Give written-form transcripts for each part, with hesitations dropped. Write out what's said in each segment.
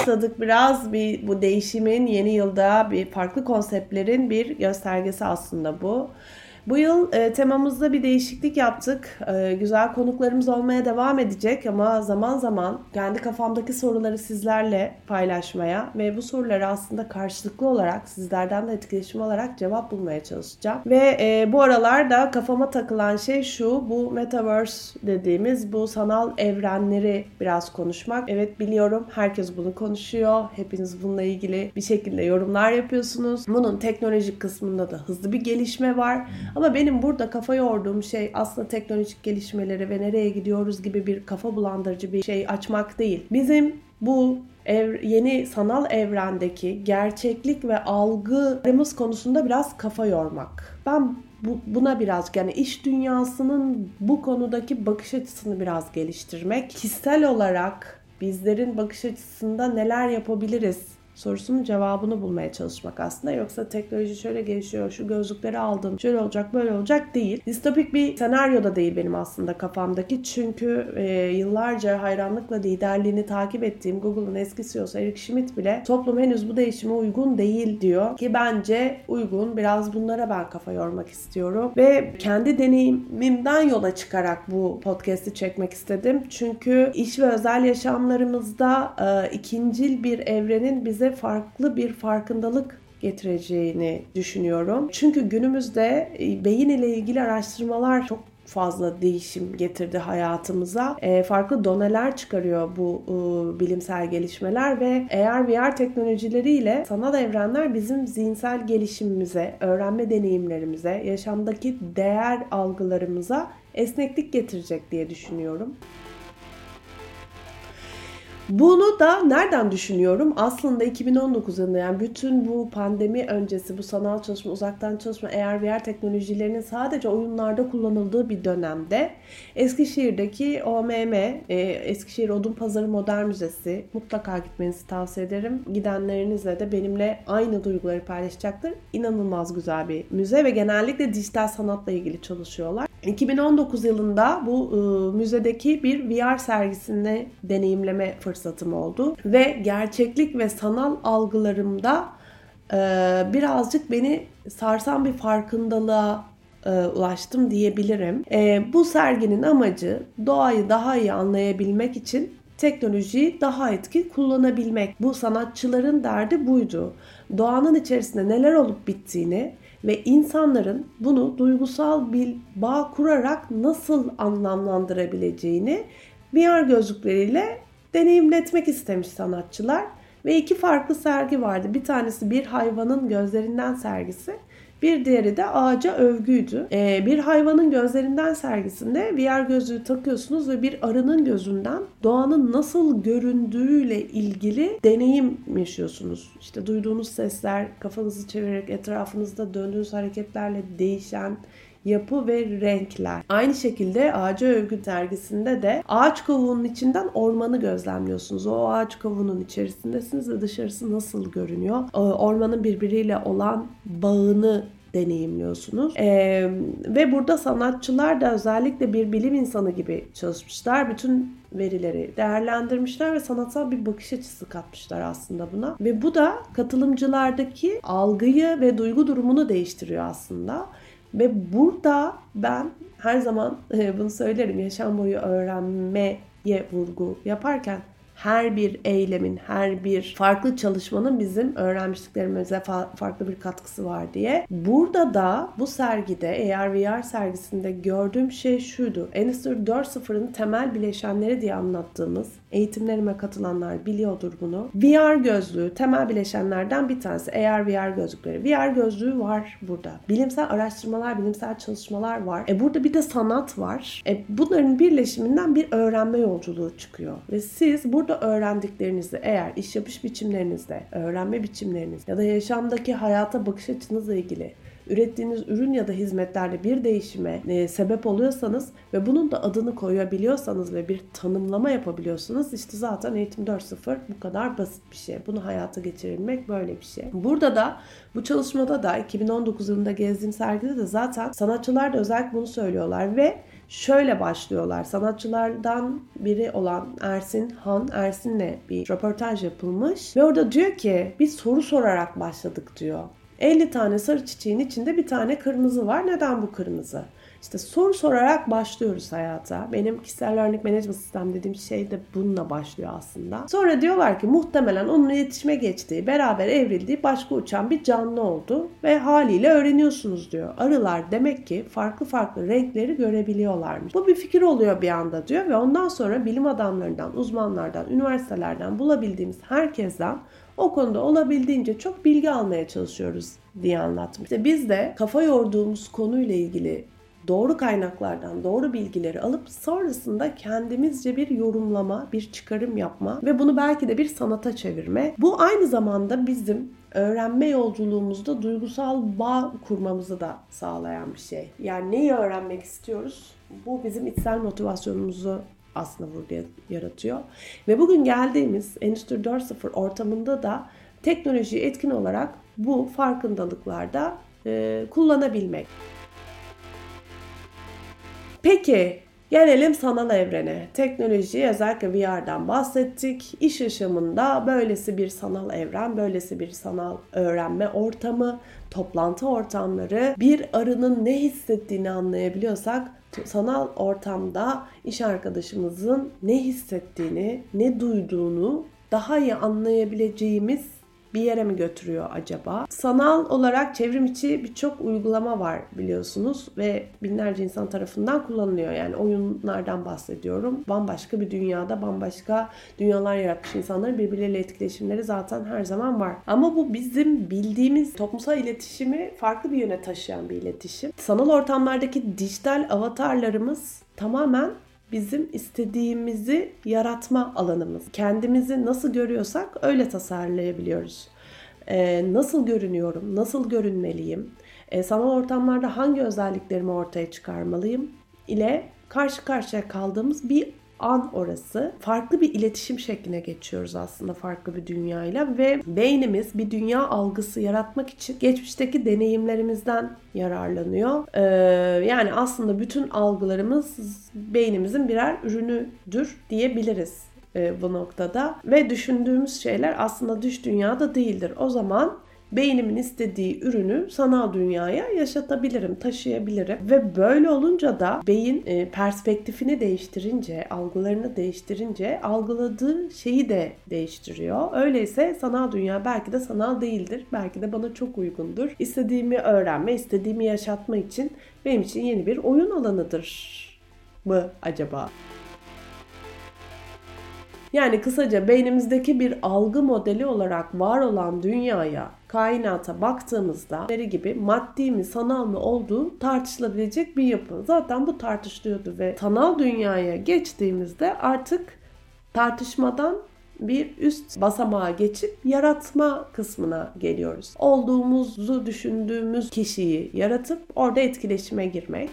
başladık biraz. Bu değişimin yeni yılda bir farklı konseptlerin bir göstergesi aslında bu. Bu yıl temamızda bir değişiklik yaptık. Güzel konuklarımız olmaya devam edecek ama zaman zaman kendi kafamdaki soruları sizlerle paylaşmaya ve bu soruları aslında karşılıklı olarak sizlerden de etkileşim alarak cevap bulmaya çalışacağım. Ve bu aralarda kafama takılan şey şu: bu Metaverse dediğimiz bu sanal evrenleri biraz konuşmak. Evet, biliyorum, herkes bunu konuşuyor. Hepiniz bununla ilgili bir şekilde yorumlar yapıyorsunuz. Bunun teknolojik kısmında da hızlı bir gelişme var. Ama benim burada kafa yorduğum şey aslında teknolojik gelişmeleri ve nereye gidiyoruz gibi bir kafa bulandırıcı bir şey açmak değil. Bizim bu yeni sanal evrendeki gerçeklik ve algımız konusunda biraz kafa yormak. Ben buna biraz, yani iş dünyasının bu konudaki bakış açısını biraz geliştirmek, kişisel olarak bizlerin bakış açısında neler yapabiliriz sorusunun cevabını bulmaya çalışmak aslında. Yoksa teknoloji şöyle gelişiyor, şu gözlükleri aldım, şöyle olacak, böyle olacak değil. Distopik bir senaryo da değil benim aslında kafamdaki. Çünkü yıllarca hayranlıkla liderliğini takip ettiğim Google'ın eski CEO'su Eric Schmidt bile toplum henüz bu değişime uygun değil diyor. Ki bence uygun. Biraz bunlara ben kafa yormak istiyorum. Ve kendi deneyimimden yola çıkarak bu podcast'i çekmek istedim. Çünkü iş ve özel yaşamlarımızda ikincil bir evrenin bize farklı bir farkındalık getireceğini düşünüyorum. Çünkü günümüzde beyin ile ilgili araştırmalar çok fazla değişim getirdi hayatımıza. Farklı doneler çıkarıyor bu bilimsel gelişmeler ve eğer VR teknolojileriyle sanal evrenler bizim zihinsel gelişimimize, öğrenme deneyimlerimize, yaşamdaki değer algılarımıza esneklik getirecek diye düşünüyorum. Bunu da nereden düşünüyorum? Aslında 2019 yılında, yani bütün bu pandemi öncesi bu sanal çalışma, uzaktan çalışma, AR/VR teknolojilerinin sadece oyunlarda kullanıldığı bir dönemde Eskişehir'deki OMM, Eskişehir Odunpazarı Modern Müzesi, mutlaka gitmenizi tavsiye ederim. Gidenlerinizle de benimle aynı duyguları paylaşacaktır. İnanılmaz güzel bir müze ve genellikle dijital sanatla ilgili çalışıyorlar. 2019 yılında bu müzedeki bir VR sergisini deneyimleme fırsatım oldu ve gerçeklik ve sanal algılarımda birazcık beni sarsan bir farkındalığa ulaştım diyebilirim. Bu serginin amacı doğayı daha iyi anlayabilmek için teknolojiyi daha etkin kullanabilmek. Bu sanatçıların derdi buydu. Doğanın içerisinde neler olup bittiğini ve insanların bunu duygusal bir bağ kurarak nasıl anlamlandırabileceğini VR gözlükleriyle deneyimletmek istemiş sanatçılar. Ve iki farklı sergi vardı. Bir tanesi bir hayvanın gözlerinden sergisi. Bir diğeri de ağaca övgüydü. Bir hayvanın gözlerinden sergisinde VR gözlüğü takıyorsunuz ve bir arının gözünden doğanın nasıl göründüğüyle ilgili deneyim yaşıyorsunuz. İşte duyduğunuz sesler, kafanızı çevirerek etrafınızda döndüğünüz hareketlerle değişen yapı ve renkler. Aynı şekilde ağaca övgü sergisinde de ağaç kavuğunun içinden ormanı gözlemliyorsunuz. O ağaç kavuğunun içerisindesiniz ve dışarısı nasıl görünüyor? Ormanın birbiriyle olan bağını deneyimliyorsunuz. Ve burada sanatçılar da özellikle bir bilim insanı gibi çalışmışlar. Bütün verileri değerlendirmişler ve sanatsal bir bakış açısı katmışlar aslında buna. Ve bu da katılımcılardaki algıyı ve duygu durumunu değiştiriyor aslında. Ve burada ben her zaman bunu söylerim, yaşam boyu öğrenmeye vurgu yaparken her bir eylemin, her bir farklı çalışmanın bizim öğrenmişliklerimize farklı bir katkısı var diye. Burada da bu sergide, AR/VR sergisinde gördüğüm şey şuydu. Endüstri 4.0'ın temel bileşenleri diye anlattığımız, eğitimlerime katılanlar biliyordur bunu. VR gözlüğü temel bileşenlerden bir tanesi. AR/VR gözlükleri. VR gözlüğü var burada. Bilimsel araştırmalar, bilimsel çalışmalar var. Burada bir de sanat var. Bunların birleşiminden bir öğrenme yolculuğu çıkıyor. Ve siz burada öğrendiklerinizi eğer iş yapış biçimlerinizde, öğrenme biçimleriniz ya da yaşamdaki hayata bakış açınızla ilgili ürettiğiniz ürün ya da hizmetlerde bir değişime sebep oluyorsanız ve bunun da adını koyabiliyorsanız ve bir tanımlama yapabiliyorsanız işte zaten Eğitim 4.0 bu kadar basit bir şey. Bunu hayata geçirilmek böyle bir şey. Burada da bu çalışmada da 2019 yılında gezdiğim sergide de zaten sanatçılar da özellikle bunu söylüyorlar ve şöyle başlıyorlar. Sanatçılardan biri olan Ersin'le bir röportaj yapılmış ve orada diyor ki bir soru sorarak başladık diyor. 50 tane sarı çiçeğin içinde bir tane kırmızı var. Neden bu kırmızı? İşte soru sorarak başlıyoruz hayata. Benim kişisel learning management sistem dediğim şey de bununla başlıyor aslında. Sonra diyorlar ki muhtemelen onun iletişime geçtiği, beraber evrildiği başka uçan bir canlı oldu ve haliyle öğreniyorsunuz diyor. Arılar demek ki farklı farklı renkleri görebiliyorlarmış. Bu bir fikir oluyor bir anda diyor ve ondan sonra bilim adamlarından, uzmanlardan, üniversitelerden bulabildiğimiz herkesten o konuda olabildiğince çok bilgi almaya çalışıyoruz diye anlatmış. İşte biz de kafa yorduğumuz konuyla ilgili doğru kaynaklardan doğru bilgileri alıp sonrasında kendimizce bir yorumlama, bir çıkarım yapma ve bunu belki de bir sanata çevirme. Bu aynı zamanda bizim öğrenme yolculuğumuzda duygusal bağ kurmamızı da sağlayan bir şey. Yani neyi öğrenmek istiyoruz? Bu bizim içsel motivasyonumuzu aslında burada yaratıyor. Ve bugün geldiğimiz Endüstri 4.0 ortamında da teknolojiyi etkin olarak bu farkındalıklarda kullanabilmek. Peki gelelim sanal evrene. Teknoloji özellikle VR'dan bahsettik. İş yaşamında böylesi bir sanal evren, böylesi bir sanal öğrenme ortamı, toplantı ortamları, bir arının ne hissettiğini anlayabiliyorsak sanal ortamda iş arkadaşımızın ne hissettiğini, ne duyduğunu daha iyi anlayabileceğimiz bir yere mi götürüyor acaba? Sanal olarak çevrim içi birçok uygulama var biliyorsunuz ve binlerce insan tarafından kullanılıyor. Yani oyunlardan bahsediyorum. Bambaşka bir dünyada bambaşka dünyalar yaratmış insanların birbirleriyle etkileşimleri zaten her zaman var. Ama bu bizim bildiğimiz toplumsal iletişimi farklı bir yöne taşıyan bir iletişim. Sanal ortamlardaki dijital avatarlarımız tamamen bizim istediğimizi yaratma alanımız. Kendimizi nasıl görüyorsak öyle tasarlayabiliyoruz. Nasıl görünüyorum, nasıl görünmeliyim, sanal ortamlarda hangi özelliklerimi ortaya çıkarmalıyım ile karşı karşıya kaldığımız bir an orası. Farklı bir iletişim şekline geçiyoruz aslında farklı bir dünyayla ve beynimiz bir dünya algısı yaratmak için geçmişteki deneyimlerimizden yararlanıyor. Yani aslında bütün algılarımız beynimizin birer ürünüdür diyebiliriz bu noktada ve düşündüğümüz şeyler aslında dış dünyada değildir. O zaman beynimin istediği ürünü sanal dünyaya yaşatabilirim, taşıyabilirim. Ve böyle olunca da beyin perspektifini değiştirince, algılarını değiştirince algıladığı şeyi de değiştiriyor. Öyleyse sanal dünya belki de sanal değildir. Belki de bana çok uygundur. İstediğimi öğrenme, istediğimi yaşatma için benim için yeni bir oyun alanıdır mı acaba? Yani kısaca beynimizdeki bir algı modeli olarak var olan dünyaya, kainata baktığımızda gibi maddi mi sanal mı olduğu tartışılabilecek bir yapı. Zaten bu tartışılıyordu ve sanal dünyaya geçtiğimizde artık tartışmadan bir üst basamağa geçip yaratma kısmına geliyoruz. Olduğumuzu düşündüğümüz kişiyi yaratıp orada etkileşime girmek.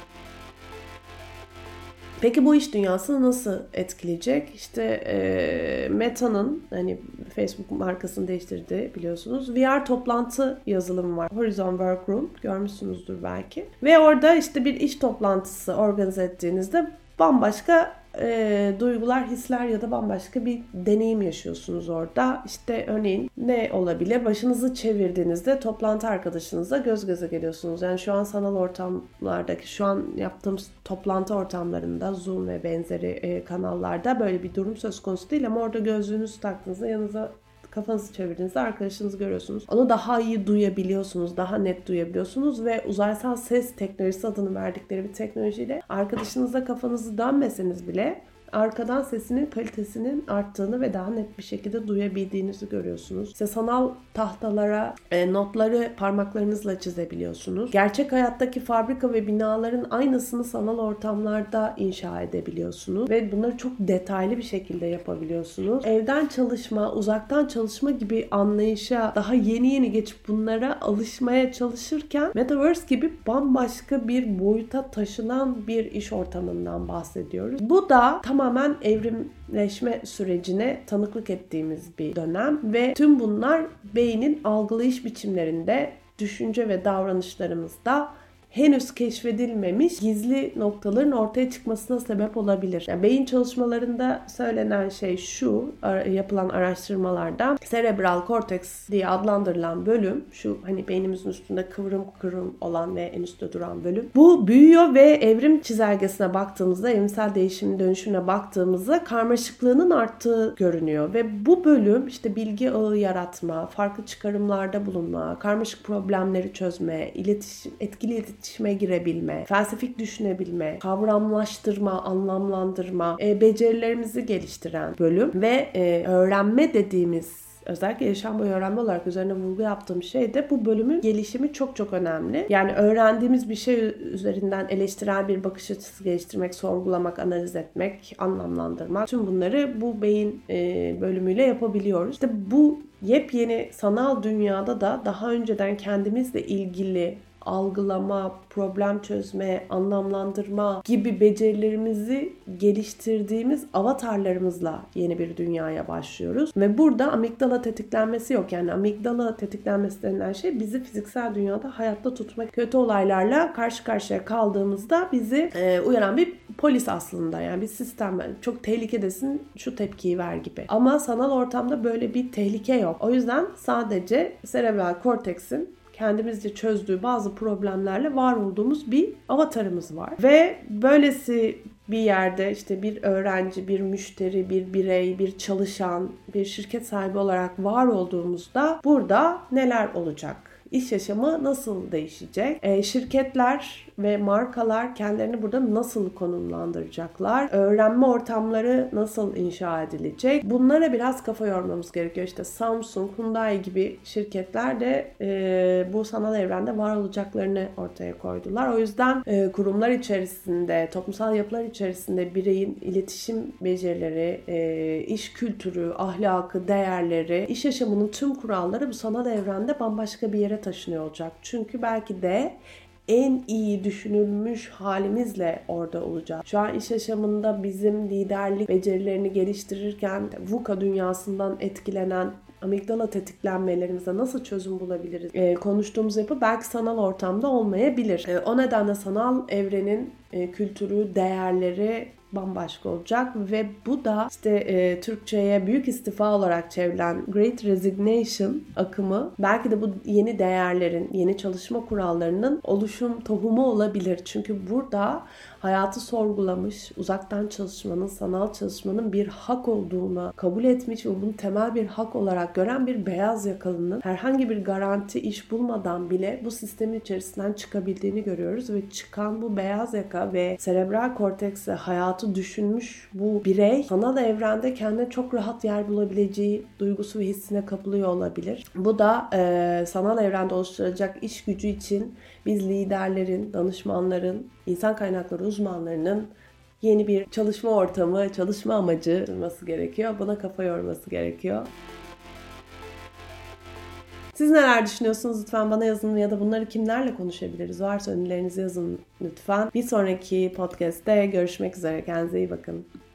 Peki bu iş dünyasını nasıl etkileyecek? İşte Meta'nın hani Facebook markasını değiştirdi biliyorsunuz. VR toplantı yazılımı var. Horizon Workroom görmüşsünüzdür belki. Ve orada işte bir iş toplantısı organize ettiğinizde bambaşka duygular, hisler ya da bambaşka bir deneyim yaşıyorsunuz orada. İşte örneğin ne olabilir? Başınızı çevirdiğinizde toplantı arkadaşınızla göz göze geliyorsunuz. Yani şu an sanal ortamlardaki, şu an yaptığımız toplantı ortamlarında Zoom ve benzeri kanallarda böyle bir durum söz konusu değil ama orada gözlüğünüzü taktığınızda yanınıza kafanızı çevirdiğinizde arkadaşınızı görüyorsunuz. Onu daha iyi duyabiliyorsunuz, daha net duyabiliyorsunuz ve uzaysal ses teknolojisi adını verdikleri bir teknolojiyle arkadaşınızla kafanızı dönmeseniz bile arkadan sesinin kalitesinin arttığını ve daha net bir şekilde duyabildiğinizi görüyorsunuz. İşte sanal tahtalara notları parmaklarınızla çizebiliyorsunuz. Gerçek hayattaki fabrika ve binaların aynısını sanal ortamlarda inşa edebiliyorsunuz ve bunları çok detaylı bir şekilde yapabiliyorsunuz. Evden çalışma, uzaktan çalışma gibi anlayışa daha yeni geçip bunlara alışmaya çalışırken Metaverse gibi bambaşka bir boyuta taşınan bir iş ortamından bahsediyoruz. Bu da tamamen evrimleşme sürecine tanıklık ettiğimiz bir dönem ve tüm bunlar beynin algılayış biçimlerinde, düşünce ve davranışlarımızda henüz keşfedilmemiş gizli noktaların ortaya çıkmasına sebep olabilir. Yani beyin çalışmalarında söylenen şey şu, yapılan araştırmalarda serebral korteks diye adlandırılan bölüm, şu hani beynimizin üstünde kıvrım kıvrım olan ve en üstte duran bölüm. Bu büyüyor ve evrim çizelgesine baktığımızda, evrimsel değişimin dönüşümüne baktığımızda karmaşıklığının arttığı görünüyor ve bu bölüm işte bilgi ağı yaratma, farklı çıkarımlarda bulunma, karmaşık problemleri çözme, etkili iletişime girebilme, felsefik düşünebilme, kavramlaştırma, anlamlandırma, becerilerimizi geliştiren bölüm ve öğrenme dediğimiz, özellikle yaşam boyu öğrenme olarak üzerine vurgu yaptığım şey de bu bölümün gelişimi çok önemli. Yani öğrendiğimiz bir şey üzerinden eleştirel bir bakış açısı geliştirmek, sorgulamak, analiz etmek, anlamlandırmak, tüm bunları bu beyin bölümüyle yapabiliyoruz. İşte bu yepyeni sanal dünyada da daha önceden kendimizle ilgili algılama, problem çözme, anlamlandırma gibi becerilerimizi geliştirdiğimiz avatarlarımızla yeni bir dünyaya başlıyoruz. Ve burada amigdala tetiklenmesi yok. Yani amigdala tetiklenmesi denilen şey bizi fiziksel dünyada hayatta tutmak, kötü olaylarla karşı karşıya kaldığımızda bizi uyaran bir polis aslında. Yani bir sistem. Çok tehlikedesin, şu tepkiyi ver gibi. Ama sanal ortamda böyle bir tehlike yok. O yüzden sadece serebral korteksin kendimizce çözdüğü bazı problemlerle var olduğumuz bir avatarımız var. Ve böylesi bir yerde işte bir öğrenci, bir müşteri, bir birey, bir çalışan, bir şirket sahibi olarak var olduğumuzda burada neler olacak? İş yaşamı nasıl değişecek? Şirketler ve markalar kendilerini burada nasıl konumlandıracaklar? Öğrenme ortamları nasıl inşa edilecek? Bunlara biraz kafa yormamız gerekiyor. İşte Samsung, Hyundai gibi şirketler de bu sanal evrende var olacaklarını ortaya koydular. O yüzden kurumlar içerisinde, toplumsal yapılar içerisinde bireyin iletişim becerileri, iş kültürü, ahlakı, değerleri, iş yaşamının tüm kuralları bu sanal evrende bambaşka bir yere taşınıyor olacak. Çünkü belki de en iyi düşünülmüş halimizle orada olacak. Şu an iş yaşamında bizim liderlik becerilerini geliştirirken VUCA dünyasından etkilenen amigdala tetiklenmelerimize nasıl çözüm bulabiliriz? Konuştuğumuz yapı belki sanal ortamda olmayabilir. O nedenle sanal evrenin kültürü, değerleri bambaşka olacak ve bu da işte Türkçe'ye büyük istifa olarak çevrilen Great Resignation akımı belki de bu yeni değerlerin, yeni çalışma kurallarının oluşum tohumu olabilir. Çünkü burada hayatı sorgulamış, uzaktan çalışmanın, sanal çalışmanın bir hak olduğunu kabul etmiş ve bunu temel bir hak olarak gören bir beyaz yakalının herhangi bir garanti iş bulmadan bile bu sistemin içerisinden çıkabildiğini görüyoruz ve çıkan bu beyaz yaka ve serebral kortekse hayatı düşünmüş bu birey sanal evrende kendine çok rahat yer bulabileceği duygusu ve hissine kapılıyor olabilir. Bu da sanal evrende oluşturacak iş gücü için biz liderlerin, danışmanların, insan kaynakları uzmanlarının yeni bir çalışma ortamı, çalışma amacı olması gerekiyor. Buna kafa yorması gerekiyor. Siz neler düşünüyorsunuz? Lütfen bana yazın ya da bunları kimlerle konuşabiliriz? Varsa önerilerinizi yazın lütfen. Bir sonraki podcast'te görüşmek üzere. Kendinize iyi bakın.